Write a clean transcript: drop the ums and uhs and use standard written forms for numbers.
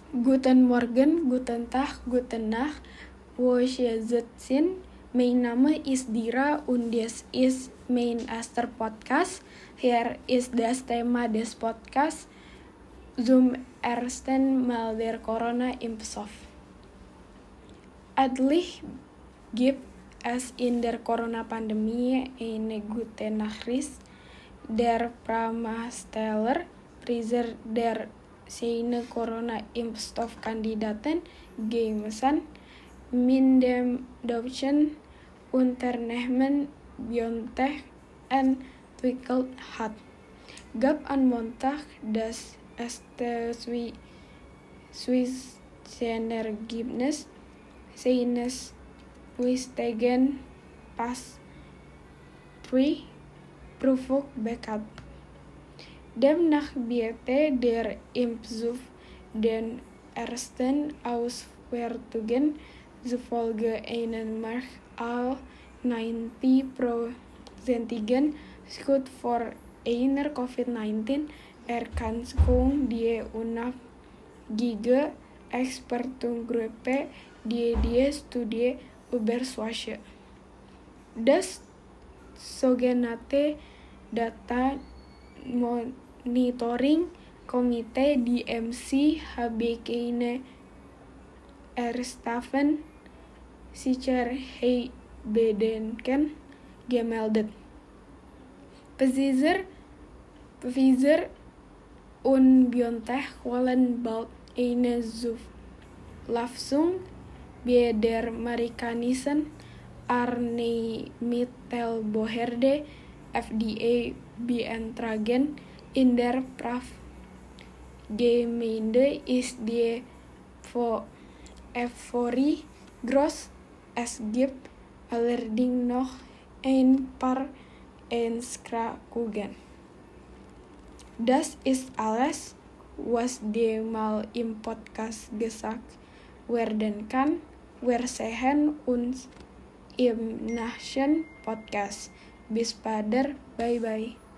Guten Morgen, guten Tag, guten Nacht, wo sind. Mein Name ist Dira und dies ist mein erster Podcast. Hier ist das Thema des Podcasts zum ersten Mal der Corona-Impfstoff. Endlich gibt es in der Corona-Pandemie eine gute Nachricht. Der Pharmasteller Pfizer der seine Corona-Impfstoffkandidaten gemeinsam mit dem deutschen Unternehmen BioNTech entwickelt hat, gab am Montag das erste Zwischenergebnis seines wichtigen Phase 3 Prüfung bekannt. Demnach wird der Impfstoff den ersten Auswertungen zufolge einen mehr als 90%igen Schutz vor einer COVID-19-Erkrankung die unabhängige Expertengruppe die Studie überwachte. Das sogenannte Data Monitoring Komitee DMC habe keine ernsthaften Sicherheitsbedenken gemeldet. Pfizer und BioNTech wollen bald eine Zulassung bei der amerikanischen Arzneimittelbehörde FDA beantragen. In der Gemeinde ist die Euphorie groß. Es gibt allerdings noch ein paar Einschränkungen. Das ist alles, was mal im Podcast gesagt werden kann. Wir sehen uns im nächsten Podcast. Bis später, bye bye.